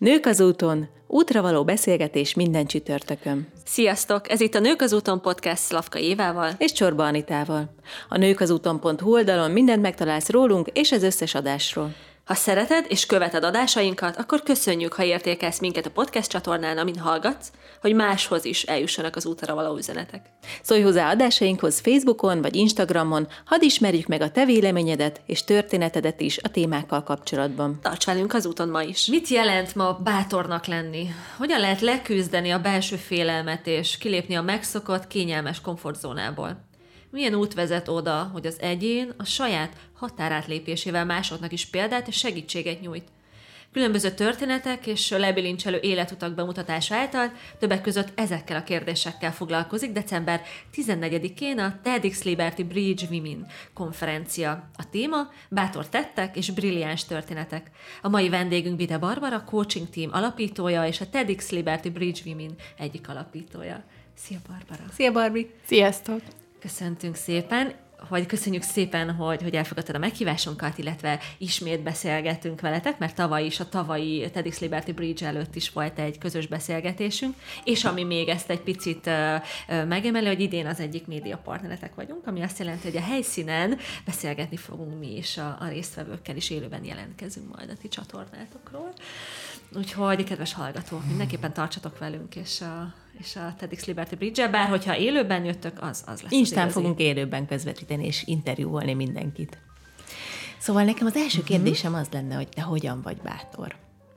Nők az úton, útra való beszélgetés minden csütörtökön. Sziasztok! Ez itt a Nők az úton podcast Szlavka Évával és Csorba Anitával. A nőkazúton.hu oldalon mindent megtalálsz rólunk és az összes adásról. Ha szereted és követed adásainkat, akkor köszönjük, ha értékelsz minket a podcast csatornán, amin hallgatsz, hogy máshoz is eljussanak az útra való üzenetek. Szólj hozzá adásainkhoz Facebookon vagy Instagramon, hadd ismerjük meg a te véleményedet és történetedet is a témákkal kapcsolatban. Tarts velünk az úton ma is! Mit jelent ma bátornak lenni? Hogyan lehet leküzdeni a belső félelmet és kilépni a megszokott, kényelmes komfortzónából? Milyen út vezet oda, hogy az egyén a saját határátlépésével másoknak is példát és segítséget nyújt? Különböző történetek és lebilincselő életutak bemutatása által többek között ezekkel a kérdésekkel foglalkozik december 14-én a TEDx Liberty Bridge Women konferencia. A téma bátor tettek és brilliáns történetek. A mai vendégünk Bide Barbara, coaching team alapítója és a TEDx Liberty Bridge Women egyik alapítója. Szia Barbara! Szia Barbi! Sziasztok! Köszöntünk szépen, köszönjük szépen, hogy elfogadtad a meghívásunkat, illetve ismét beszélgetünk veletek, mert tavaly is, a tavalyi TEDx Liberty Bridge előtt is volt egy közös beszélgetésünk, és ami még ezt egy picit megemeli, hogy idén az egyik médiapartneretek vagyunk, ami azt jelenti, hogy a helyszínen beszélgetni fogunk mi is a résztvevőkkel, és élőben jelentkezünk majd a ti csatornátokról. Úgyhogy, kedves hallgatók, mindenképpen tartsatok velünk, és a TEDx Liberty Bridge-el, bár hogyha élőben jöttök, az lesz. Instán fogunk élőben közvetíteni, és interjúolni mindenkit. Szóval nekem az első kérdésem az lenne, hogy te hogyan vagy bátor?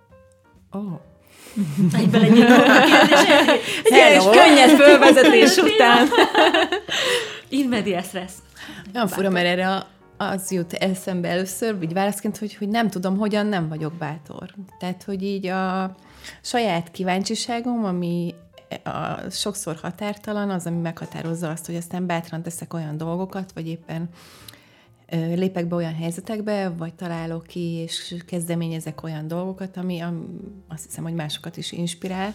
Egyből egy kérdés. Könnyed fölvezetés után. In medias res. Nagyon fura, mert erre az jut eszembe először, így válaszként, hogy nem tudom, hogyan nem vagyok bátor. Tehát, hogy így a saját kíváncsiságom, ami sokszor határtalan, az, ami meghatározza azt, hogy aztán bátran teszek olyan dolgokat, vagy éppen lépek be olyan helyzetekbe, vagy találok ki, és kezdeményezek olyan dolgokat, ami azt hiszem, hogy másokat is inspirál.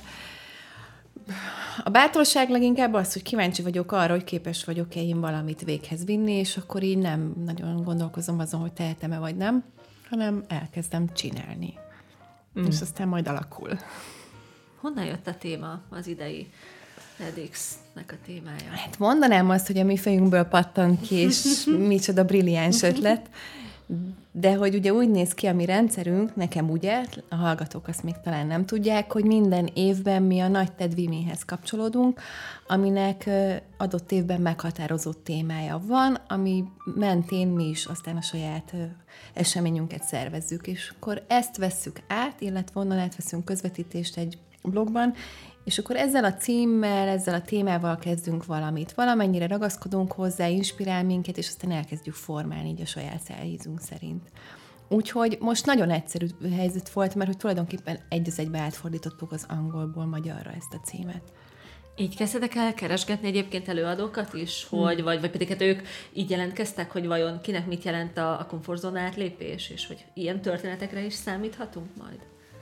A bátorság leginkább az, hogy kíváncsi vagyok arra, hogy képes vagyok-e én valamit véghez vinni, és akkor így nem nagyon gondolkozom azon, hogy tehetem-e vagy nem, hanem elkezdem csinálni. És aztán majd alakul. Honnan jött a téma, az idei TEDx-nek a témája? Hát mondanám azt, hogy a mi fejünkből pattant ki, és micsoda brilliáns ötlet, de hogy ugye úgy néz ki a mi rendszerünk, nekem ugye, a hallgatók azt még talán nem tudják, hogy minden évben mi a nagy TED Womenhez kapcsolódunk, aminek adott évben meghatározott témája van, ami mentén mi is aztán a saját eseményünket szervezzük, és akkor ezt vesszük át, illetve onnan átveszünk közvetítést egy blogban, és akkor ezzel a címmel, ezzel a témával kezdünk valamit. Valamennyire ragaszkodunk hozzá, inspirál minket, és aztán elkezdjük formálni így a saját szelízünk szerint. Úgyhogy most nagyon egyszerű helyzet volt, mert hogy tulajdonképpen egy az egybe átfordítottuk az angolból magyarra ezt a címet. Így kezdtek el keresgetni egyébként előadókat is, vagy pedig hát ők így jelentkeztek, hogy vajon kinek mit jelent a komfortzóna átlépés, és hogy ilyen történetekre is számíthatunk majd?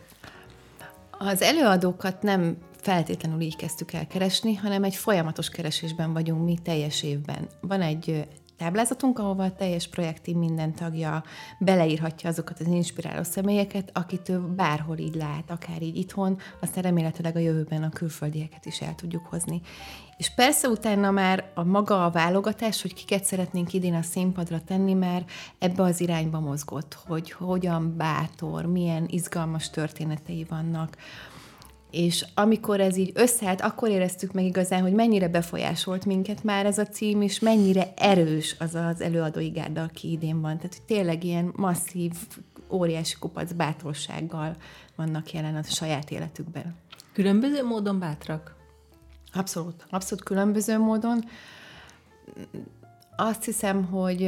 Az előadókat nem feltétlenül így kezdtük el keresni, hanem egy folyamatos keresésben vagyunk mi teljes évben. Van egy táblázatunk, ahova a teljes projektteam minden tagja beleírhatja azokat az inspiráló személyeket, akit ő bárhol így lát, akár így itthon, aztán remélhetőleg a jövőben a külföldieket is el tudjuk hozni. És persze utána már a válogatás, hogy kiket szeretnénk idén a színpadra tenni, már ebbe az irányba mozgott, hogy hogyan bátor, milyen izgalmas történetei vannak. És amikor ez így összeállt, akkor éreztük meg igazán, hogy mennyire befolyásolt minket már ez a cím, és mennyire erős az az előadói gárda, aki idén van. Tehát, hogy tényleg ilyen masszív, óriási kupac bátorsággal vannak jelen a saját életükben. Különböző módon bátrak? Abszolút különböző módon. Azt hiszem, hogy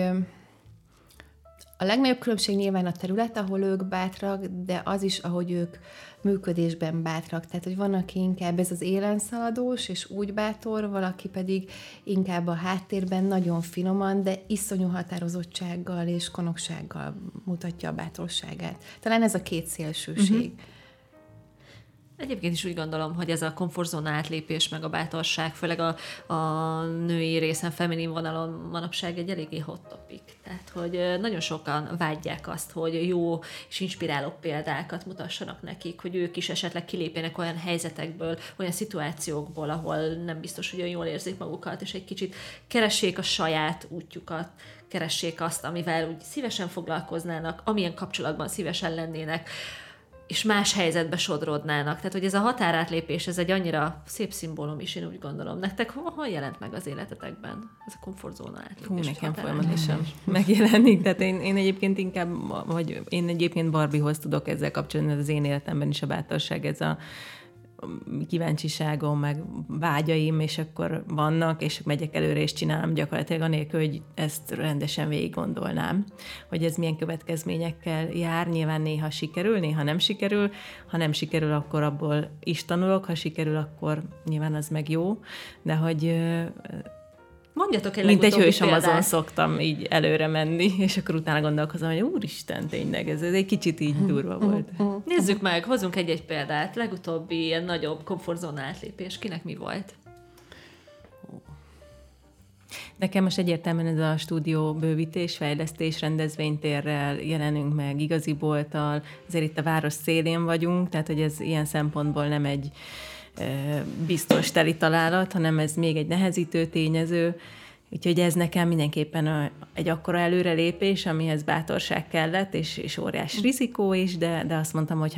a legnagyobb különbség nyilván a terület, ahol ők bátrak, de az is, ahogy ők működésben bátrak. Tehát, hogy van, aki inkább ez az élenszaladós, és úgy bátor, valaki pedig inkább a háttérben nagyon finoman, de iszonyú határozottsággal és konoksággal mutatja a bátorságát. Talán ez a két szélsőség. Egyébként is úgy gondolom, hogy ez a komfortzóna átlépés, meg a bátorság, főleg a női részen, feminin vonalon manapság egy eléggé hot topic. Tehát, hogy nagyon sokan vágyják azt, hogy jó és inspiráló példákat mutassanak nekik, hogy ők is esetleg kilépjenek olyan helyzetekből, olyan szituációkból, ahol nem biztos, hogy olyan jól érzik magukat, és egy kicsit keressék a saját útjukat, keressék azt, amivel úgy szívesen foglalkoznának, amilyen kapcsolatban szívesen lennének, és más helyzetbe sodródnának. Tehát, hogy ez a határátlépés, ez egy annyira szép szimbólum is, én úgy gondolom. Nektek hol jelent meg az életetekben ez a komfortzóna átlépés? Nekem folyamatosan megjelenik. Tehát én egyébként inkább, vagy én egyébként Barbiehoz tudok ezzel kapcsolatban, az én életemben is a bátorság, ez a kíváncsiságom, meg vágyaim, és akkor vannak, és megyek előre, és csinálom gyakorlatilag anélkül, hogy ezt rendesen végig gondolnám, hogy ez milyen következményekkel jár. Nyilván néha sikerül, néha nem sikerül. Ha nem sikerül, akkor abból is tanulok, ha sikerül, akkor nyilván az meg jó, de hogy mondjatok egy mint egy hős példát. Amazon szoktam így előre menni, és akkor utána gondolkozom, hogy úristen, tényleg, ez egy kicsit így durva volt. Nézzük meg, hozzunk egy példát. Legutóbbi ilyen nagyobb komfortzóna átlépés. Kinek mi volt? Nekem most egyértelműen ez a stúdió bővítés, fejlesztés, rendezvénytérrel jelenünk meg, igazi bolttal, azért itt a város szélén vagyunk, tehát hogy ez ilyen szempontból nem egy biztos teli találat, hanem ez még egy nehezítő tényező, úgyhogy ez nekem mindenképpen egy akkora előrelépés, amihez bátorság kellett, és óriás rizikó is, de azt mondtam, hogy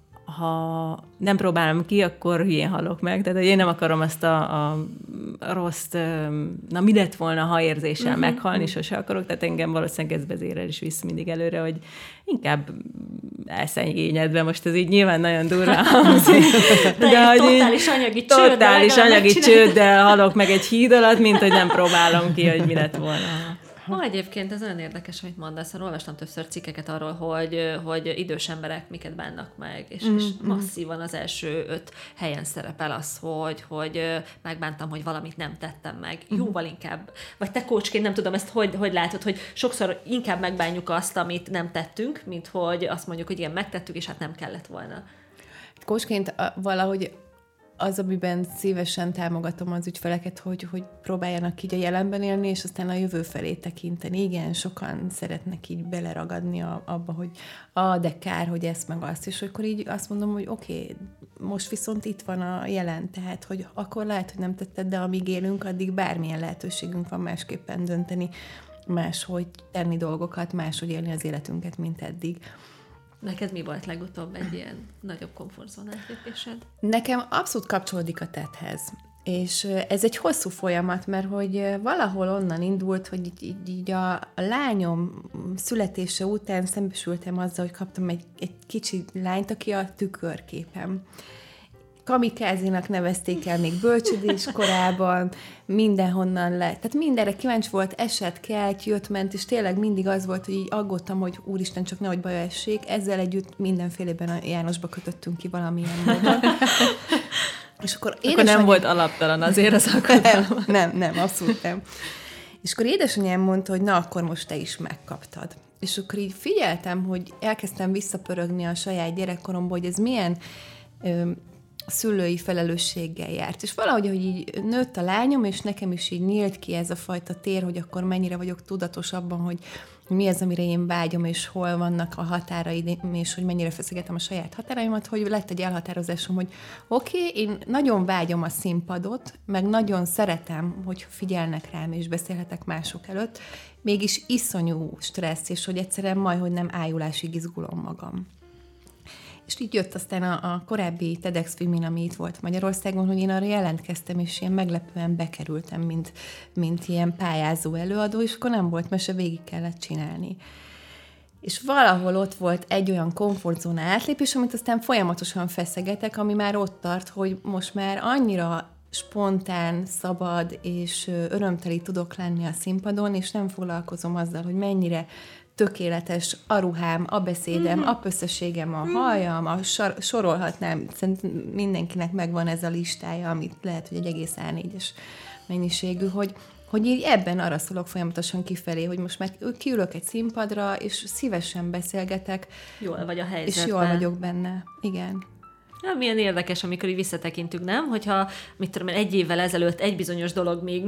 ha nem próbálom ki, akkor hülyén halok meg. Tehát, hogy én nem akarom azt a rossz, mi lett volna, ha érzéssel meghalni, sose akarok, tehát engem valószínűleg ez vezérel is visz mindig előre, hogy inkább elszegényedve, most ez így nyilván nagyon durván hangzik. De totális anyagi csőd. Totális anyagi csőddel halok meg egy híd alatt, mint hogy nem próbálom ki, hogy mi lett volna. Egyébként ez olyan érdekes, amit mondasz, olvastam többször cikkeket arról, hogy idős emberek miket bánnak meg, és masszívan az első 5 helyen szerepel az, hogy megbántam, hogy valamit nem tettem meg. Jóval inkább. Vagy te coachként nem tudom ezt, hogy látod, hogy sokszor inkább megbánjuk azt, amit nem tettünk, mint hogy azt mondjuk, hogy igen, megtettük, és hát nem kellett volna. Coachként valahogy az, amiben szívesen támogatom az ügyfeleket, hogy próbáljanak így a jelenben élni, és aztán a jövő felé tekinteni. Igen, sokan szeretnek így beleragadni abba, hogy de kár, hogy ezt meg azt, és akkor így azt mondom, hogy oké, most viszont itt van a jelen, tehát, hogy akkor lehet, hogy nem tetted, de amíg élünk, addig bármilyen lehetőségünk van másképpen dönteni, máshogy tenni dolgokat, máshogy élni az életünket, mint eddig. Neked mi volt legutóbb egy ilyen nagyobb komfortzóna átlépésed? Nekem abszolút kapcsolódik a tetthez. És ez egy hosszú folyamat, mert hogy valahol onnan indult, hogy így a lányom születése után szembesültem azzal, hogy kaptam egy kicsi lányt, aki a tükörképem. Kamikázinak nevezték el még bölcsödés korában, mindenhonnan tehát mindenre kíváncsi volt, esett, kelt, jött, ment, és tényleg mindig az volt, hogy így aggódtam, hogy úristen, csak nehogy baj essék. Ezzel együtt mindenfélében a Jánosba kötöttünk ki valamilyen módon. És akkor nem volt alaptalan azért az aggodalom. Nem, abszolút nem. És akkor édesanyám mondta, hogy na, akkor most te is megkaptad. És akkor így figyeltem, hogy elkezdtem visszapörögni a saját gyerekkoromból, hogy ez milyen szülői felelősséggel járt. És valahogy, hogy így nőtt a lányom, és nekem is így nyílt ki ez a fajta tér, hogy akkor mennyire vagyok tudatos abban, hogy mi az, amire én vágyom, és hol vannak a határaim, és hogy mennyire feszegetem a saját határaimat, hogy lett egy elhatározásom, hogy oké, én nagyon vágyom a színpadot, meg nagyon szeretem, hogy figyelnek rám, és beszélhetek mások előtt, mégis iszonyú stressz, és hogy egyszerűen majdhogy nem ájulásig izgulom magam. És így jött aztán a korábbi TEDx filmin, ami itt volt Magyarországon, hogy én arra jelentkeztem, és ilyen meglepően bekerültem, mint ilyen pályázó előadó, és akkor nem volt mese, végig kellett csinálni. És valahol ott volt egy olyan komfortzóna átlépés, amit aztán folyamatosan feszegetek, ami már ott tart, hogy most már annyira spontán, szabad és örömteli tudok lenni a színpadon, és nem foglalkozom azzal, hogy mennyire tökéletes a ruhám, a beszédem, a összességem, a hajam, sorolhatnám, szerintem mindenkinek megvan ez a listája, amit lehet, hogy egy egész A4-es mennyiségű, hogy így ebben arra szólok folyamatosan kifelé, hogy most már kiülök egy színpadra, és szívesen beszélgetek. Jól vagy a helyzetben. És jól vagyok benne. Igen. Ja, milyen érdekes, amikor így visszatekintünk, nem? Hogyha, mit tudom én, 1 évvel ezelőtt egy bizonyos dolog még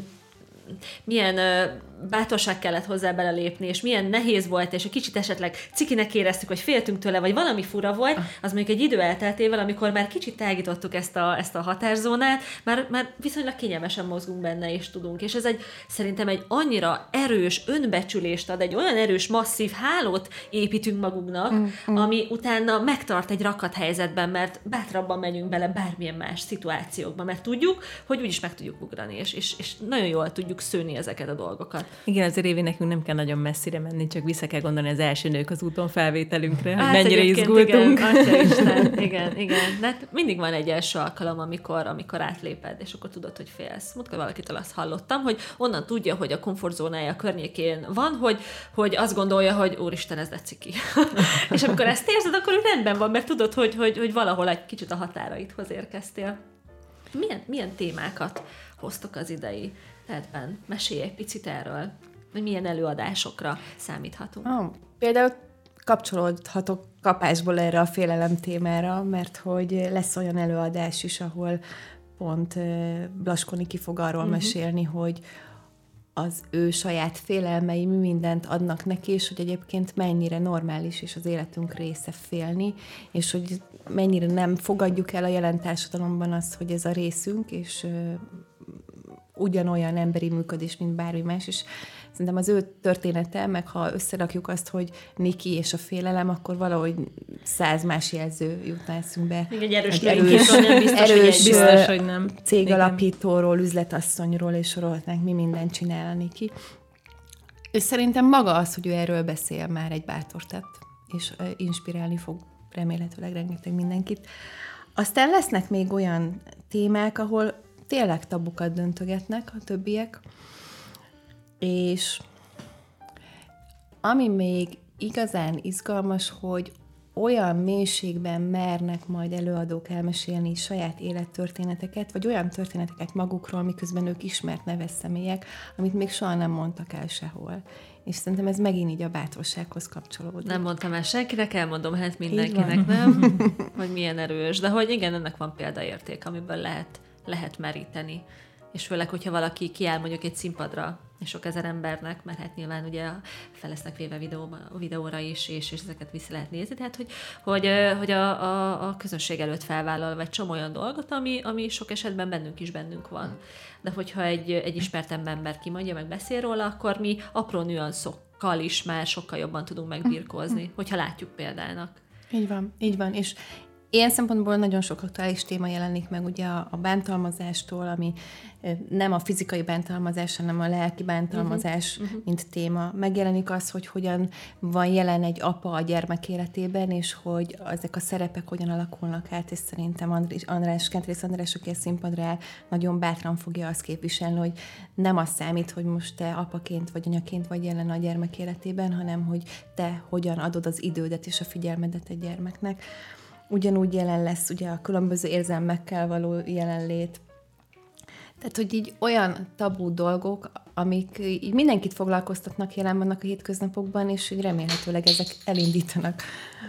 milyen bátorság kellett hozzá belelépni, és milyen nehéz volt, és egy kicsit esetleg cikinek éreztük, vagy féltünk tőle, vagy valami fura volt, az mondjuk egy idő elteltével, amikor már kicsit tágítottuk ezt a határzónát, már viszonylag kényelmesen mozgunk benne, és tudunk. És ez szerintem egy annyira erős önbecsülést ad, egy olyan erős, masszív hálót építünk magunknak, ami utána megtart egy rakathelyzetben, mert bátrabban megyünk bele bármilyen más szituációkba, mert tudjuk, hogy úgyis meg tudjuk ugrani, és nagyon jól tudjuk szőni ezeket a dolgokat. Igen, azért Évi, nekünk nem kell nagyon messzire menni, csak vissza kell gondolni az első Nők az úton felvételünkre, hát mennyire izgultunk. Igen. De mindig van egy első alkalom, amikor átléped, és akkor tudod, hogy félsz. Múltkor valakitől azt hallottam, hogy onnan tudja, hogy a komfortzónája környékén van, hogy azt gondolja, hogy úristen, ez lett ciki. És amikor ezt érzed, akkor rendben van, mert tudod, hogy valahol egy kicsit a határaidhoz érkeztél. Milyen témákat hoztok az idei tehetben? Mesélj egy picit erről, hogy milyen előadásokra számíthatunk. Például kapcsolódhatok kapásból erre a félelem témára, mert hogy lesz olyan előadás is, ahol pont Blaskó Niki fog arról mesélni, hogy az ő saját félelmei mi mindent adnak neki, és hogy egyébként mennyire normális és az életünk része félni, és hogy mennyire nem fogadjuk el a jelen társadalomban azt, hogy ez a részünk, és ugyanolyan emberi működés, mint bármi más, és szerintem az ő története, meg ha összerakjuk azt, hogy Niki és a félelem, akkor valahogy 100 más jelző jutna eszünkbe. Egy erős biztos, hogy nem. Cégalapítóról, üzletasszonyról, és sorolhatnánk, mi mindent csinál a Niki. És szerintem maga az, hogy ő erről beszél, már egy bátor tett, és inspirálni fog remélhetőleg rengeteg mindenkit. Aztán lesznek még olyan témák, ahol tényleg tabukat döntögetnek a többiek, és ami még igazán izgalmas, hogy olyan mélységben mernek majd előadók elmesélni saját élettörténeteket, vagy olyan történeteket magukról, miközben ők ismert neves személyek, amit még soha nem mondtak el sehol. És szerintem ez megint így a bátorsághoz kapcsolódik. Nem mondtam el senkinek, elmondom hát mindenkinek, nem? Hogy milyen erős. De hogy igen, ennek van példaérték, amiből lehet meríteni. És főleg, hogyha valaki kiáll mondjuk egy színpadra, és sok ezer embernek, mert hát nyilván ugye fel lesznek véve videóra is, és ezeket vissza lehet nézni, tehát hogy a közönség előtt felvállal egy csomó olyan dolgot, ami sok esetben bennünk van. De hogyha egy ismert ember kimondja, meg beszél róla, akkor mi apró nüanszokkal is már sokkal jobban tudunk megbirkózni, hogyha látjuk példának. Így van, és ilyen szempontból nagyon sok aktuális téma jelenik meg ugye a bántalmazástól, ami nem a fizikai bántalmazás, hanem a lelki bántalmazás, mint téma. Megjelenik az, hogy hogyan van jelen egy apa a gyermek életében, és hogy ezek a szerepek hogyan alakulnak át, és szerintem Kentrész András, aki a színpadra áll, nagyon bátran fogja azt képviselni, hogy nem az számít, hogy most te apaként vagy anyaként vagy jelen a gyermek életében, hanem hogy te hogyan adod az idődet és a figyelmedet egy gyermeknek. Ugyanúgy jelen lesz ugye a különböző érzelmekkel való jelenlét. Tehát, hogy így olyan tabú dolgok, amik így mindenkit foglalkoztatnak, jelen vannak a hétköznapokban, és hogy remélhetőleg ezek elindítanak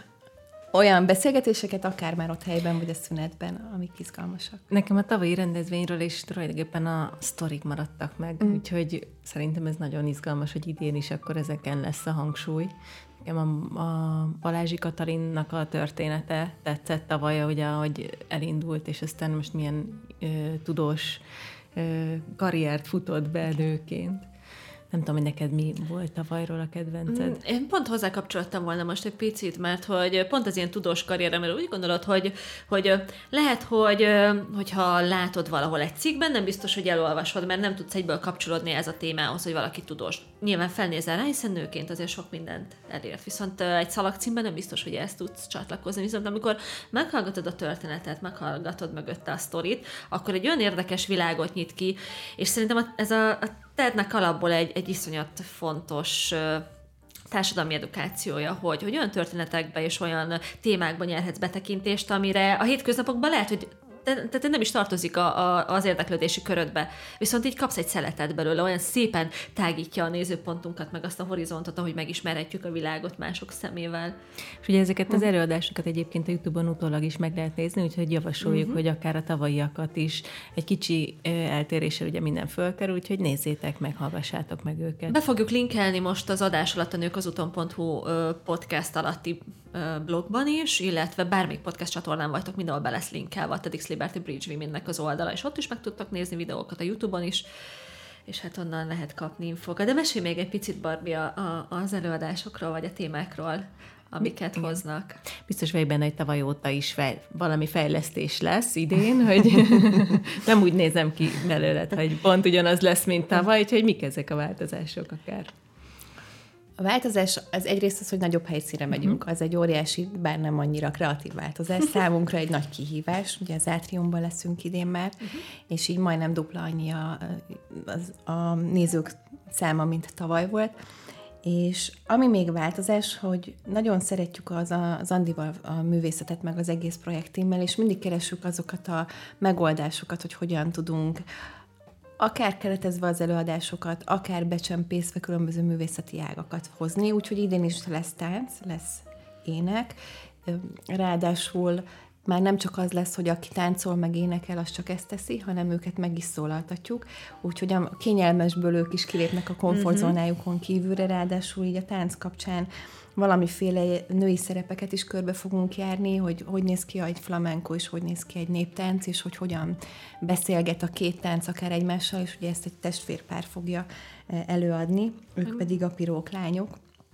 olyan beszélgetéseket, akár már ott helyben, vagy a szünetben, amik izgalmasak. Nekem a tavalyi rendezvényről is tulajdonképpen a sztorik maradtak meg, úgyhogy szerintem ez nagyon izgalmas, hogy idén is akkor ezeken lesz a hangsúly. Nekem a Balázsi Katalinnak a története tetszett tavaly, ugye, ahogy elindult, és aztán most milyen tudós karriert futott be nőként. Nem tudom, hogy neked mi volt tavalyról a kedvenced? Én pont hozzá kapcsoltam volna most egy picit, mert hogy pont az ilyen tudós karrieremről úgy gondolod, hogy lehet, hogyha látod valahol egy cikkben, nem biztos, hogy elolvasod, mert nem tudsz egyből kapcsolódni ez a témához, hogy valaki tudós. Nyilván felnézel rá, hiszen nőként azért sok mindent elért. Viszont egy szalagcímben nem biztos, hogy ezt tudsz csatlakozni. Viszont amikor meghallgatod a történetet, meghallgatod mögötte a sztorit, akkor egy olyan érdekes világot nyit ki, és szerintem ez a tehetnek alapból egy iszonyat fontos társadalmi edukációja, hogy olyan történetekbe és olyan témákban nyerhetsz betekintést, amire a hétköznapokban lehet, hogy tehát nem is tartozik az érdeklődési körödbe. Viszont így kapsz egy szeletet belőle, olyan szépen tágítja a nézőpontunkat, meg azt a horizontot, ahogy megismerhetjük a világot mások szemével. És ugye ezeket az előadásokat egyébként a YouTube-on utólag is meg lehet nézni, úgyhogy javasoljuk, hogy akár a tavalyiakat is egy kicsi eltéréssel ugye minden fölkerül, úgyhogy nézzétek meg, hallgassátok meg őket. Be fogjuk linkelni most az adás alatt a nőkazuton.hu podcast alatti blogban is, illetve bármelyik podcast csatornán vagytok, mindenhol be lesz linkelve a TEDx Liberty Bridge Womennek az oldala, és ott is meg tudtok nézni videókat a YouTube-on is, és hát onnan lehet kapni infokat. De mesélj még egy picit, Barbie, az előadásokról, vagy a témákról, amiket hoznak. Biztos vagy benne, hogy tavaly óta is valami fejlesztés lesz idén, hogy nem úgy nézem ki belőled, hogy pont ugyanaz lesz, mint tavaly, úgyhogy mik ezek a változások akár? A változás az egyrészt az, hogy nagyobb helyszínre megyünk. Az egy óriási, bár nem annyira kreatív változás. Számunkra egy nagy kihívás. Ugye az Átriumban leszünk idén már, és így majdnem dupla annyi a nézők száma, mint tavaly volt. És ami még változás, hogy nagyon szeretjük az Andival a művészetet, meg az egész projektimmel, és mindig keressük azokat a megoldásokat, hogy hogyan tudunk akár keretezve az előadásokat, akár becsempészve különböző művészeti ágakat hozni, úgyhogy idén is lesz tánc, lesz ének, ráadásul már nem csak az lesz, hogy aki táncol meg énekel, az csak ezt teszi, hanem őket meg is szólaltatjuk, úgyhogy a kényelmesből ők is kilépnek a komfortzónájukon kívülre, ráadásul így a tánc kapcsán valamiféle női szerepeket is körbe fogunk járni, hogy néz ki egy flamenco, és hogy néz ki egy néptánc, és hogy hogyan beszélget a két tánc akár egymással, és ugye ezt egy testvérpár fogja előadni, ők pedig a pirók lányok.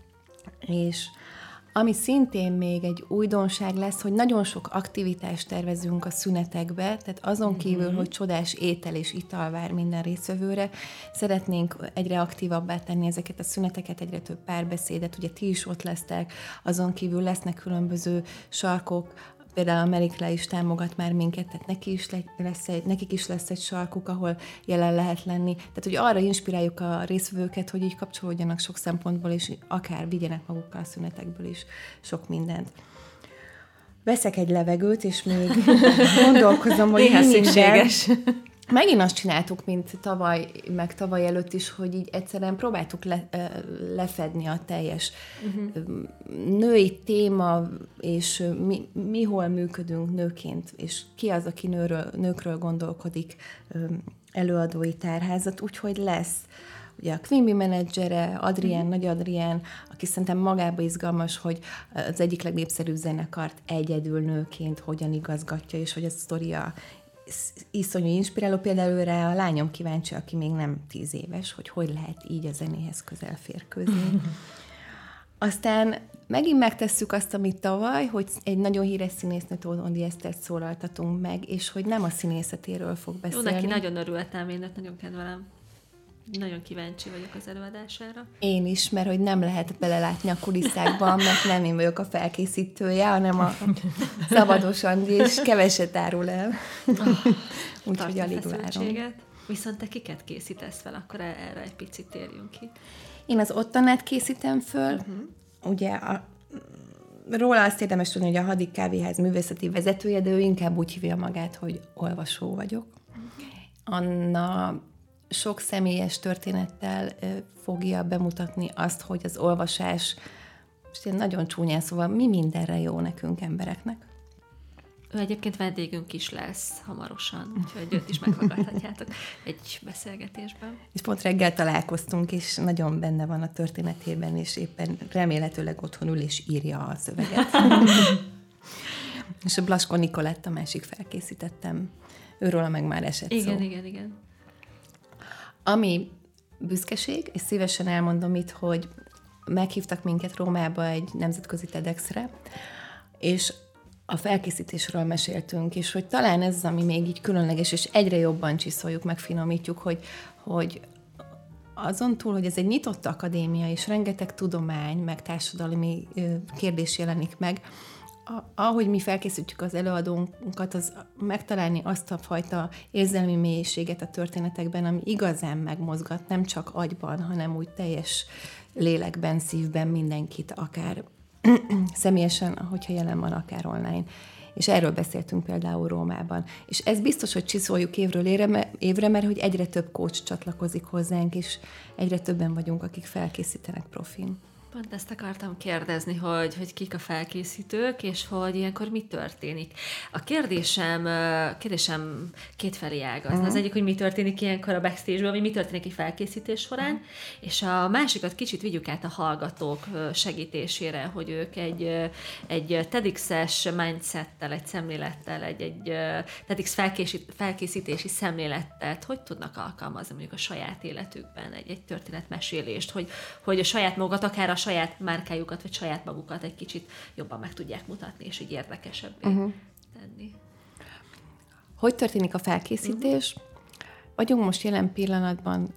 És ami szintén még egy újdonság lesz, hogy nagyon sok aktivitást tervezünk a szünetekbe, tehát azon kívül, hogy csodás étel és ital vár minden résztvevőre, szeretnénk egyre aktívabbá tenni ezeket a szüneteket, egyre több párbeszédet, ugye ti is ott lesztek, azon kívül lesznek különböző sarkok, például a Merikle is támogat már minket, tehát nekik is lesz egy sarkuk, ahol jelen lehet lenni. Tehát, hogy arra inspiráljuk a résztvevőket, hogy így kapcsolódjanak sok szempontból, és akár vigyenek magukkal a szünetekből is sok mindent. Veszek egy levegőt, és még gondolkozom, hogy néha szükséges. Megint azt csináltuk, mint tavaly, meg tavaly előtt is, hogy így egyszerűen próbáltuk lefedni a teljes női téma, és mi hol működünk nőként, és ki az, aki nőkről gondolkodik, előadói tárházat, úgyhogy lesz ugye a Quimby menedzsere, Adrián, Nagy Adrián, aki szerintem magában izgalmas, hogy az egyik legnépszerűbb zenekart egyedül nőként hogyan igazgatja, és hogy a sztoria iszonyú inspiráló, például rá a lányom kíváncsi, aki még nem 10 éves, hogy lehet így a zenéhez közel férkőzni. Aztán megint megtesszük azt, amit tavaly, hogy egy nagyon híres színésznőt, Ondi Esztert szólaltatunk meg, és hogy nem a színészetéről fog beszélni. Jó, neki nagyon örültem, én nagyon kedvelem. Nagyon kíváncsi vagyok az előadására. Én is, mert hogy nem lehet belelátni a kulisszákban, mert nem én vagyok a felkészítője, hanem a Szabados Andi, és keveset árul el. Úgyhogy alig várom. Viszont te kiket készítesz fel? Akkor erre egy picit térjünk ki. Én az Ottanát készítem föl. Ugye róla azt érdemes tudni, hogy a Hadik Kávéház művészeti vezetője, de ő inkább úgy hívja magát, hogy olvasó vagyok. Anna sok személyes történettel fogja bemutatni azt, hogy az olvasás, és nagyon csúnyán szóval, mi mindenre jó nekünk embereknek. Ő egyébként vendégünk is lesz hamarosan, úgyhogy őt is meghallgathatjátok egy beszélgetésben. És pont reggel találkoztunk, és nagyon benne van a történetében, és éppen remélhetőleg otthon ül és írja a szöveget. És a Blaskó Nikolett, a másik felkészítettem. Őróla meg már esett szó. Igen. Ami büszkeség, és szívesen elmondom itt, hogy meghívtak minket Rómába egy nemzetközi TEDx-re, és a felkészítésről meséltünk, és hogy talán ez az, ami még így különleges, és egyre jobban csiszoljuk, megfinomítjuk, hogy azon túl, hogy ez egy nyitott akadémia, és rengeteg tudomány, meg társadalmi kérdés jelenik meg, ahogy mi felkészítjük az előadónkat, az megtalálni azt a fajta érzelmi mélységet a történetekben, ami igazán megmozgat, nem csak agyban, hanem úgy teljes lélekben, szívben mindenkit, akár személyesen, hogyha jelen van, akár online. És erről beszéltünk például Rómában. És ez biztos, hogy csiszoljuk évről évre, mert hogy egyre több coach csatlakozik hozzánk, és egyre többen vagyunk, akik felkészítenek profin. Pont ezt akartam kérdezni, hogy kik a felkészítők, és hogy ilyenkor mi történik. A kérdésem kétfelé ágaz. Az egyik, hogy mi történik ilyenkor a backstage-ben, vagy mi történik egy felkészítés során, és a másikat kicsit vigyük át a hallgatók segítésére, hogy ők egy TEDx-es mindsettel, egy szemlélettel, egy TEDx felkészítési szemléletet hogy tudnak alkalmazni mondjuk a saját életükben egy történetmesélést, hogy a saját magukat, akár a saját márkájukat, vagy saját magukat egy kicsit jobban meg tudják mutatni, és így érdekesebbé tenni. Hogy történik a felkészítés? Vagyunk most jelen pillanatban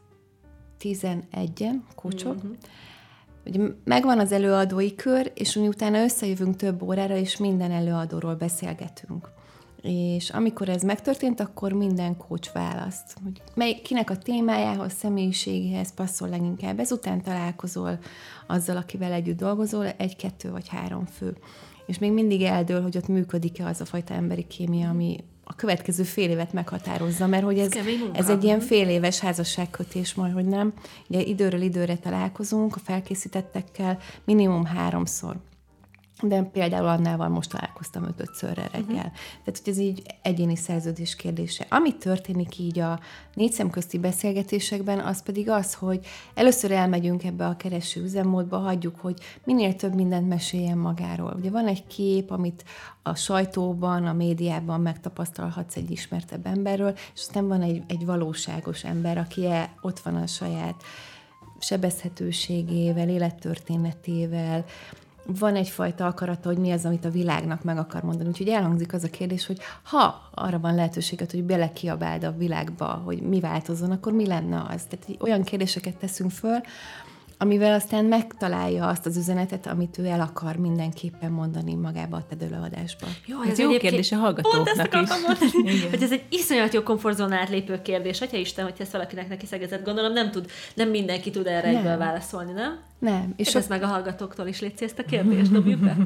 11-en coachok. Ugye megvan az előadói kör, és utána összejövünk több órára, és minden előadóról beszélgetünk. És amikor ez megtörtént, akkor minden coach választ, hogy kinek a témájához, személyiségéhez passzol leginkább. Ezután találkozol azzal, akivel együtt dolgozol, 1, 2 vagy 3 fő. És még mindig eldől, hogy ott működik-e az a fajta emberi kémia, ami a következő fél évet meghatározza, mert hogy ez egy ilyen fél éves házasságkötés, majd hogy nem. Ugye időről időre találkozunk a felkészítettekkel, minimum 3-szor. De például Annával most találkoztam 5-szörre reggel. Tehát, hogy ez így egyéni szerződés kérdése. Ami történik így a 4 szemközti beszélgetésekben, az pedig az, hogy először elmegyünk ebbe a kereső üzemmódba, hagyjuk, hogy minél több mindent meséljen magáról. Ugye van egy kép, amit a sajtóban, a médiában megtapasztalhatsz egy ismertebb emberről, és aztán van egy valóságos ember, aki ott van a saját sebezhetőségével, élettörténetével, van egyfajta akarata, hogy mi az, amit a világnak meg akar mondani. Úgyhogy elhangzik az a kérdés, hogy ha arra van lehetőséget, hogy belekiabáld a világba, hogy mi változzon, akkor mi lenne az? Tehát olyan kérdéseket teszünk föl, amivel aztán megtalálja azt az üzenetet, amit ő el akar mindenképpen mondani magába a TED előadásba. Jó, ez jó kérdés a hallgatóknak is. Hogy ez egy iszonyat jó komfortzón átlépő kérdés. Atya Isten, hogyha ezt valakinek neki szegezett, gondolom nem mindenki tud erre egyből válaszolni, nem? Nem. És ez meg a hallgatóktól is létszi ezt a kérdést, dobjuk be.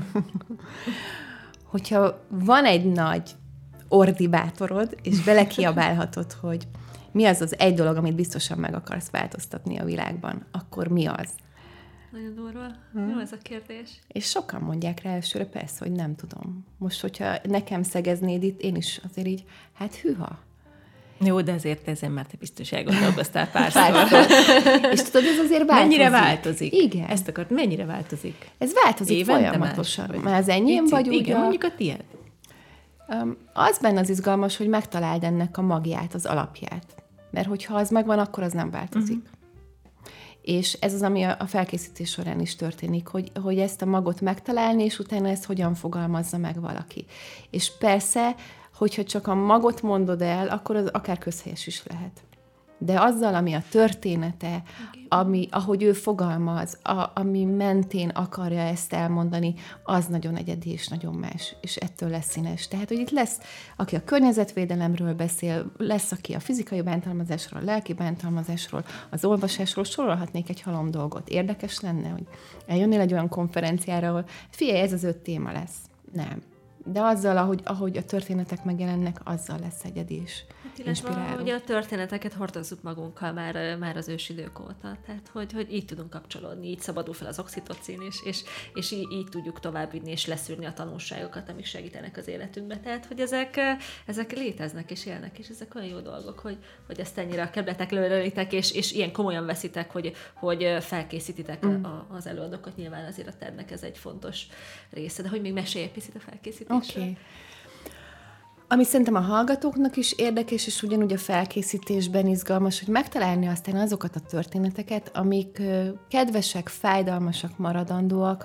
Hogyha van egy nagy ordibátorod, és belekiabálhatod, hogy mi az egy dolog, amit biztosan meg akarsz változtatni a világban, akkor mi az? Nagyon durva. Jó ez a kérdés. És sokan mondják rá elsőre, persze, hogy nem tudom. Most, hogyha nekem szegeznéd itt, én is azért így, hát hűha. Jó, de azért ezen már te biztos elgondolkoztál párszor. És tudod, ez azért változik. Mennyire változik? Igen. Ezt akart, mennyire változik? Ez változik évente folyamatosan. Már az enyém vagy ugye? Igen, mondjuk a tiéd. Az benne az izgalmas, hogy megtaláld ennek a magját, az alapját. Mert hogyha az megvan, akkor az nem változik. És ez az, ami a felkészítés során is történik, hogy ezt a magot megtalálni, és utána ezt hogyan fogalmazza meg valaki. És persze, hogyha csak a magot mondod el, akkor az akár közhelyes is lehet. De azzal, ami a története, ahogy ő fogalmaz, ami mentén akarja ezt elmondani, az nagyon egyedi és nagyon más, és ettől lesz színes. Tehát, hogy itt lesz, aki a környezetvédelemről beszél, lesz, aki a fizikai bántalmazásról, a lelki bántalmazásról, az olvasásról, sorolhatnék egy halom dolgot. Érdekes lenne, hogy eljönnél egy olyan konferenciára, ahol figyelj, ez az 5 téma lesz. Nem. De azzal, ahogy a történetek megjelennek, azzal lesz egyedi is. Illetve, hogy a történeteket hordozzuk magunkkal már az ősidők óta. Tehát, hogy így tudunk kapcsolódni, így szabadul fel az oxitocin, és így tudjuk továbbvinni és leszűrni a tanulságokat, amik segítenek az életünkbe. Tehát, hogy ezek léteznek és élnek, és ezek olyan jó dolgok, hogy ezt ennyire a kebletekről lelitek, és ilyen komolyan veszitek, hogy felkészítitek az előadókat. Nyilván azért a TED-nek ez egy fontos része. De hogy még mesélj egy picit a felkészítésről. Okay. Ami szerintem a hallgatóknak is érdekes, és ugyanúgy a felkészítésben izgalmas, hogy megtalálni aztán azokat a történeteket, amik kedvesek, fájdalmasak, maradandóak,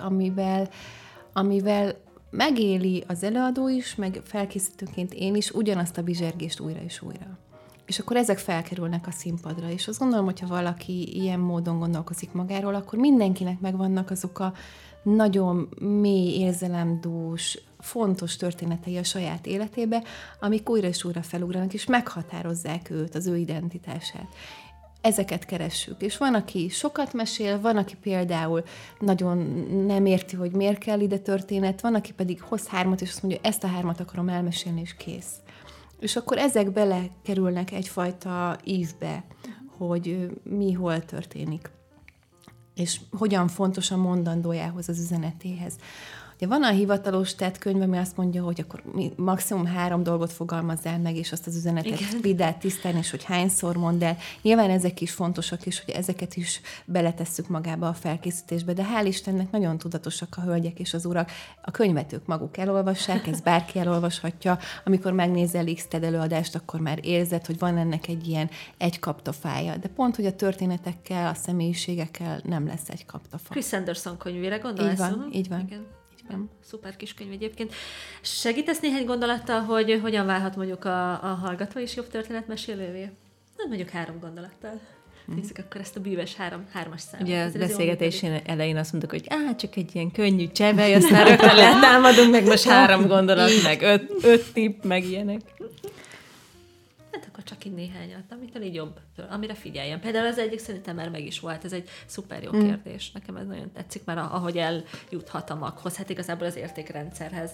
amivel megéli az előadó is, meg felkészítőként én is ugyanazt a bizsergést újra és újra. És akkor ezek felkerülnek a színpadra, és azt gondolom, hogyha valaki ilyen módon gondolkozik magáról, akkor mindenkinek megvannak azok a nagyon mély, érzelemdús, fontos történetei a saját életébe, amik újra és újra felugranak, és meghatározzák őt, az ő identitását. ezeket keressük. És van, aki sokat mesél, van, aki például nagyon nem érti, hogy miért kell ide történet, van, aki pedig hoz 3, és azt mondja, ezt a 3 akarom elmesélni, és kész. És akkor ezek belekerülnek egyfajta ívbe, hogy mi hol történik, és hogyan fontos a mondandójához, az üzenetéhez. Ugye van a hivatalos tettkönyv, ami azt mondja, hogy akkor maximum 3 dolgot fogalmazzál meg, és azt az üzenetet vidd el tisztán, és hogy hányszor mondd el. Nyilván ezek is fontosak, és hogy ezeket is beletesszük magába a felkészítésbe, de hál' Istennek nagyon tudatosak a hölgyek és az urak. A könyvet ők maguk elolvassák, ezt bárki elolvashatja. Amikor megnézel X-TED előadást, akkor már érzed, hogy van ennek egy ilyen egy kaptafája. De pont, hogy a történetekkel, a személyiségekkel nem lesz egy kaptafa. Chris Anderson könyvére gondolsz? Így van, így van. Igen. Szuper kis könyv egyébként. Segítesz néhány gondolattal, hogy hogyan válhat mondjuk a hallgató is jobb történetmesélővé? Nem mondjuk 3 gondolattal. Nézzük akkor ezt a bűvös 3-as számot. Ugye a beszélgetés elején azt mondtuk, hogy csak egy ilyen könnyű csevej, aztán rögtön letámadunk, meg most 3 gondolat, meg 5 tipp, meg ilyenek. Hát akkor csak így néhányat, amitől így jobb, amire figyeljen. Például az egyik szerintem már meg is volt, ez egy szuper jó kérdés. Nekem ez nagyon tetszik, mert ahogy eljuthat a maghoz, hát igazából az értékrendszerhez.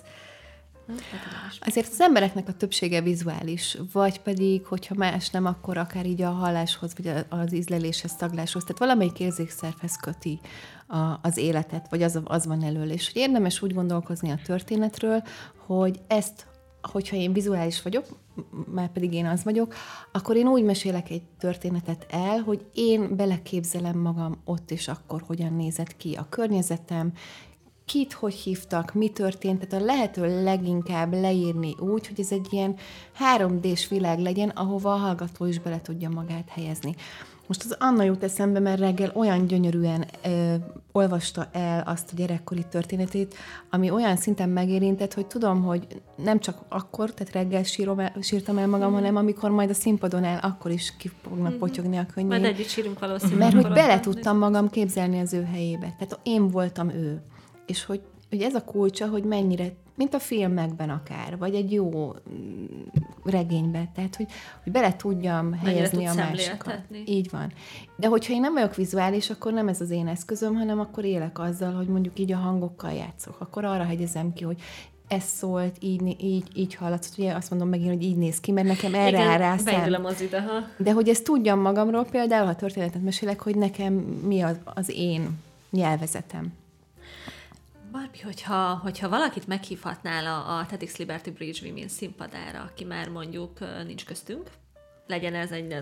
Azért az embereknek a többsége vizuális, vagy pedig, hogyha más nem, akkor akár így a halláshoz, vagy az ízleléshez, szagláshoz, tehát valamelyik érzékszervhez köti az életet, vagy az van elől. És hogy érdemes úgy gondolkozni a történetről, hogy ezt, hogyha én vizuális vagyok, már pedig én az vagyok, akkor én úgy mesélek egy történetet el, hogy én beleképzelem magam ott és akkor, hogyan nézett ki a környezetem, kit hogy hívtak, mi történt, tehát a lehető leginkább leírni úgy, hogy ez egy ilyen 3D-s világ legyen, ahova a hallgató is bele tudja magát helyezni. Most az Anna jut eszembe, mert reggel olyan gyönyörűen olvasta el azt a gyerekkori történetét, ami olyan szinten megérintett, hogy tudom, hogy nem csak akkor, tehát reggel sírtam el magam, hanem amikor majd a színpadon akkor is ki fognak potyogni a könnyei. Majd együtt sírunk valószínűleg. Mert hogy bele tudtam magam képzelni az ő helyébe. Tehát én voltam ő. És hogy ez a kulcsa, hogy mennyire, mint a filmekben akár, vagy egy jó regényben, tehát hogy bele tudjam helyezni a másikat. Így van. De hogyha én nem vagyok vizuális, akkor nem ez az én eszközöm, hanem akkor élek azzal, hogy mondjuk így a hangokkal játszok. Akkor arra hegyezem ki, hogy ez szólt, így hallatszott. Ugye azt mondom megint, hogy így néz ki, mert nekem erre áll rá szám. De hogy ezt tudjam magamról például, ha történetet mesélek, hogy nekem mi az én nyelvezetem. Barbie, hogyha valakit meghívhatnál a TEDx Liberty Bridge Women színpadára, aki már mondjuk nincs köztünk, legyen ez egy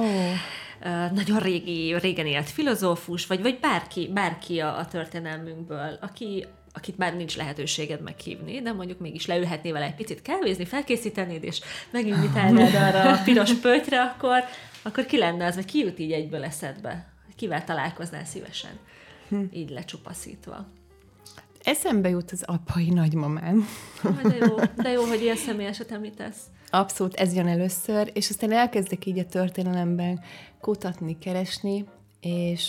nagyon régen élt filozófus, vagy bárki a történelmünkből, akit már nincs lehetőséged meghívni, de mondjuk mégis leülhetnél vele egy picit kávézni, felkészítenéd, és meginvitálnád arra a piros pöttyre, akkor ki lenne az, vagy ki jut így egyből eszedbe? Kivel találkoznál szívesen? Így lecsupaszítva. Eszembe jut az apai nagymamám. De jó, hogy ilyen személyeset említesz. Abszolút, ez jön először, és aztán elkezdek így a történelemben kutatni, keresni, és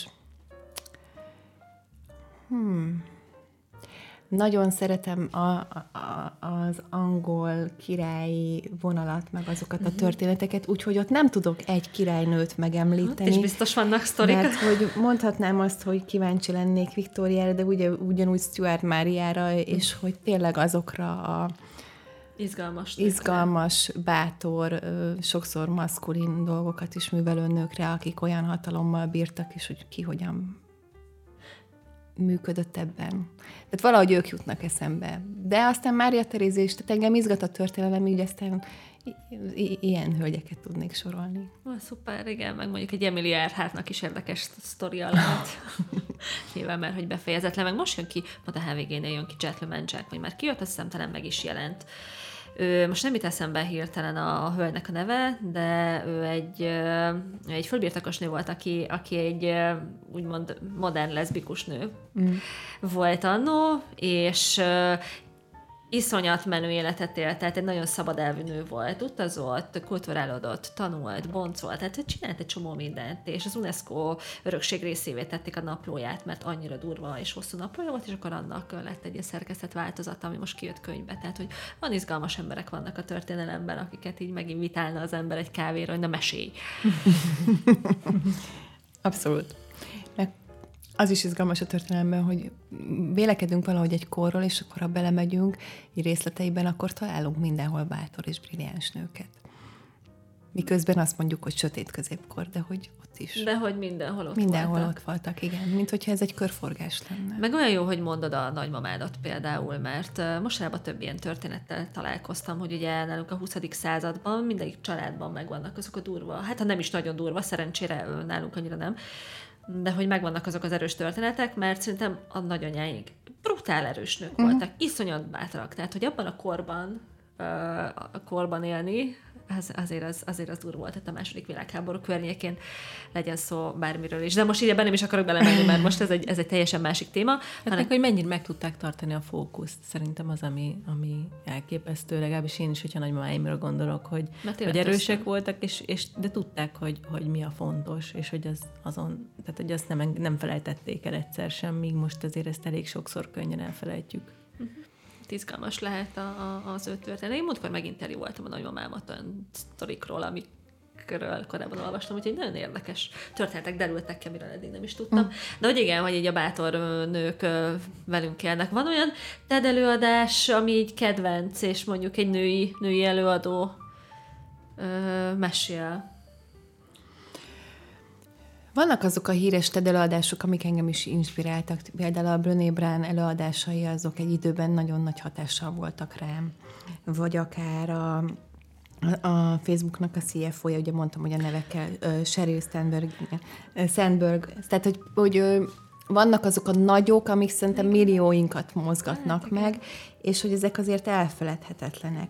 nagyon szeretem az angol királyi vonalat, meg azokat a történeteket, úgyhogy ott nem tudok egy királynőt megemlíteni. És biztos vannak sztorik. Mert hogy mondhatnám azt, hogy kíváncsi lennék Viktóriára, de ugyanúgy Stuart Máriára, és hogy tényleg azokra a izgalmas, bátor, sokszor maszkulin dolgokat is művelő nőkre, akik olyan hatalommal bírtak, és hogy ki hogyan működött ebben. Tehát valahogy ők jutnak eszembe. De aztán Mária Terézia is, tehát engem izgat a történelem, így aztán ilyen hölgyeket tudnék sorolni. Szuper, igen, meg mondjuk egy Emilia Earhartnak is érdekes sztoria lehet. Nyilván, mert hogy befejezetlen, meg most jön ki, pont a HVG-nél jön ki Gentleman Jack, vagy már kijött, azt hiszem talán meg is jelent. Most nem jut eszembe hirtelen a hölgynek a neve, de ő egy fölbirtokos nő volt, aki egy úgymond modern leszbikus nő volt annó, és iszonyat menő életet élt, tehát egy nagyon szabad elvű nő volt, utazott, kulturálódott, tanult, boncolt, tehát csinált egy csomó mindent, és az UNESCO örökség részévé tették a naplóját, mert annyira durva és hosszú naplója volt, és akkor annak lett egy szerkesztett változata, ami most kijött könyvbe. Tehát, hogy van izgalmas emberek vannak a történelemben, akiket így meginvitálna az ember egy kávéra, hogy na mesélj. Abszolút. Meg az is izgalmas a történelemben, hogy vélekedünk valahogy egy korról, és akkor ha belemegyünk így részleteiben, akkor találunk mindenhol bátor és brilliáns nőket. Miközben azt mondjuk, hogy sötét középkor, de hogy ott is. De hogy mindenhol ott voltak, igen. Mint hogyha ez egy körforgás lenne. Meg olyan jó, hogy mondod a nagymamádat például, mert mostanában több ilyen történettel találkoztam, hogy ugye nálunk a 20. században mindegyik családban megvannak azok a durva, hát ha nem is nagyon durva, szerencsére nálunk annyira nem, de hogy megvannak azok az erős történetek, mert szerintem a nagyanyáink brutál erős nők voltak, iszonyat bátrak, tehát hogy abban a korban élni, azért az durva volt, tehát a második világháború környékén legyen szó bármiről is. De most így ebben nem is akarok belemenni, mert most ez egy teljesen másik téma. Hát hogy mennyire meg tudták tartani a fókuszt. Szerintem az, ami elképesztő, legalábbis én is, hogyha nagymamáimra gondolok, hogy erősek voltak, de tudták, hogy mi a fontos, és hogy tehát hogy azt nem felejtették el egyszer sem, míg most azért ezt elég sokszor könnyen elfelejtjük. Izgalmas lehet az ő történet. Én múltkor meginterjúoltam a nagymamámat olyan sztorikról, amikről korábban olvastam, úgyhogy nagyon érdekes történetek derültek ki, amiről eddig nem is tudtam. De hogy igen, hogy így a bátor nők velünk élnek. Van olyan TED előadás, ami így kedvenc, és mondjuk egy női előadó mesél? Vannak azok a híres TED előadások, amik engem is inspiráltak. Például a Brené Brown előadásai, azok egy időben nagyon nagy hatással voltak rám. Vagy akár a Facebooknak a CFO-ja, ugye mondtam, hogy a nevekkel, Sheryl Sandberg. Tehát, hogy vannak azok a nagyok, amik szerintem millióinkat mozgatnak meg, és hogy ezek azért elfeledhetetlenek.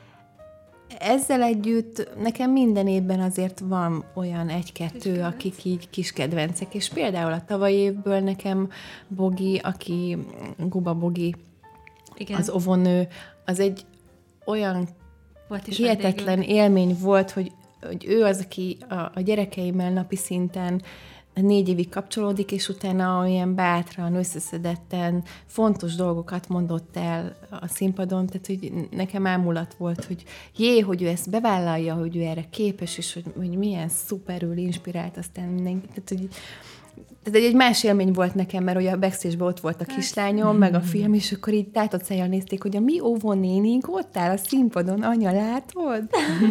Ezzel együtt nekem minden évben azért van olyan egy-kettő, akik így kis kedvencek, és például a tavalyi évből nekem Bogi, aki Guba Bogi, igen, az óvónő, az egy olyan hihetetlen élmény volt, hogy ő az, aki a gyerekeimmel napi szinten 4 évig kapcsolódik, és utána olyan bátran, összeszedetten fontos dolgokat mondott el a színpadon, tehát hogy nekem ámulat volt, hogy ő ezt bevállalja, hogy ő erre képes, és hogy milyen szuperül inspirált aztán mindenki. Tehát egy más élmény volt nekem, mert ugye a backstage-ben ott volt a kislányom, meg a film, és akkor így tátott szájjal nézték, hogy a mi óvónénink ott áll a színpadon, anya, látod?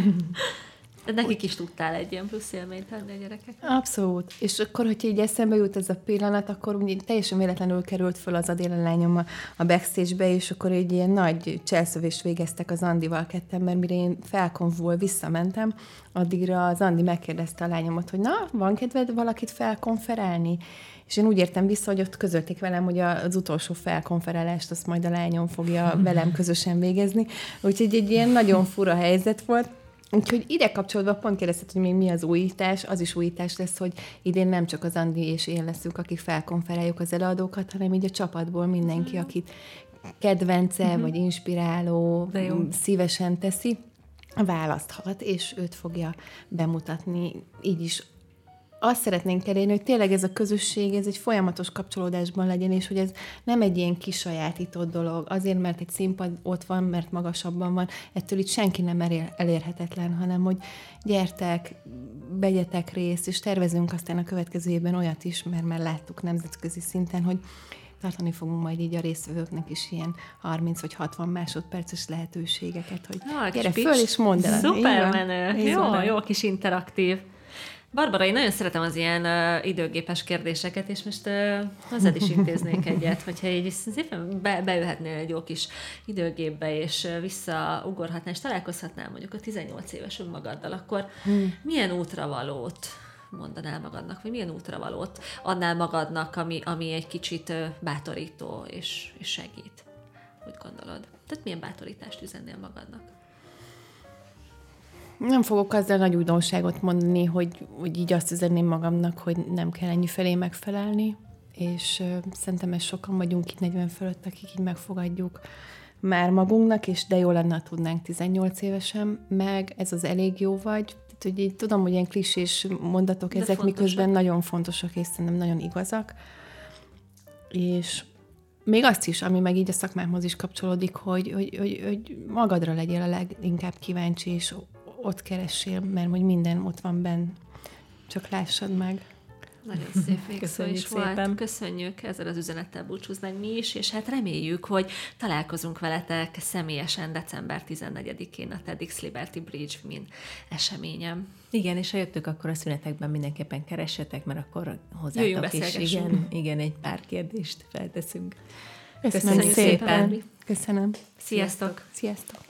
De nekik is tudtál egy ilyen plusz élményt tenni a gyerekek. Abszolút. És akkor, hogyha így eszembe jut ez a pillanat, akkor úgy teljesen véletlenül került föl az Adéla lányom a backstage-be, és akkor egy ilyen nagy cselszövést végeztek az Andival ketten, mert mire én felkonvul visszamentem, addigra az Andi megkérdezte a lányomat, hogy na, van kedved valakit felkonferálni? És én úgy értem vissza, hogy ott közölték velem, hogy az utolsó felkonferálást azt majd a lányom fogja velem közösen végezni. Úgyhogy egy ilyen nagyon fura helyzet volt. Úgyhogy ide kapcsolódva pont kérdezted, hogy még mi az újítás, az is újítás lesz, hogy idén nem csak az Andi és én leszünk, akik felkonferáljuk az előadókat, hanem így a csapatból mindenki, akit kedvence vagy inspiráló, szívesen teszi, választhat, és őt fogja bemutatni. Így is azt szeretnénk elérni, hogy tényleg ez a közösség, ez egy folyamatos kapcsolódásban legyen, és hogy ez nem egy ilyen kisajátított dolog, azért, mert egy színpad ott van, mert magasabban van, ettől itt senki nem elérhetetlen, hanem hogy gyertek, vegyetek részt, és tervezünk aztán a következő évben olyat is, mert már láttuk nemzetközi szinten, hogy tartani fogunk majd így a résztvevőknek is ilyen 30 vagy 60 másodperces lehetőségeket, hogy gyere föl és mondd el. Szuper menő, jó kis interaktív. Barbara, én nagyon szeretem az ilyen időgépes kérdéseket, és most hozzád is intéznék egyet, hogyha így szépen beülhetnél egy jó kis időgépbe, és visszaugorhatnál, és találkozhatnál mondjuk a 18 éves önmagaddal, akkor milyen útravalót mondanál magadnak, vagy milyen útravalót adnál magadnak, ami egy kicsit bátorító és segít? Úgy gondolod? Tehát milyen bátorítást üzennél magadnak? Nem fogok azzal nagy újdonságot mondani, hogy így azt üzenném magamnak, hogy nem kell ennyi felé megfelelni, és szerintem ez sokan vagyunk itt 40 fölött, akik így megfogadjuk már magunknak, és de jó lenne, ha tudnánk 18 évesen, meg ez az elég jó vagy. Tehát, hogy így tudom, hogy ilyen klisés mondatok, de ezek fontosak. miközben nagyon fontosak, és szerintem nagyon igazak. És még azt is, ami meg így a szakmámhoz is kapcsolódik, hogy magadra legyél a leginkább kíváncsi, és ott keressél, mert hogy minden ott van benn. Csak lássad meg. Nagyon szép végszó Köszönjük is volt. szépen. Köszönjük, ezzel az üzenettel búcsúznánk mi is, és hát reméljük, hogy találkozunk veletek személyesen december 14-én a TEDx Liberty Bridge Min eseményen. Igen, és ha jöttök, akkor a szünetekben mindenképpen keressetek, mert akkor Jöjjünk, hozzátok is beszélgessünk. igen, egy pár kérdést felteszünk. Köszönöm szépen. szépen. Köszönöm. Sziasztok! Sziasztok.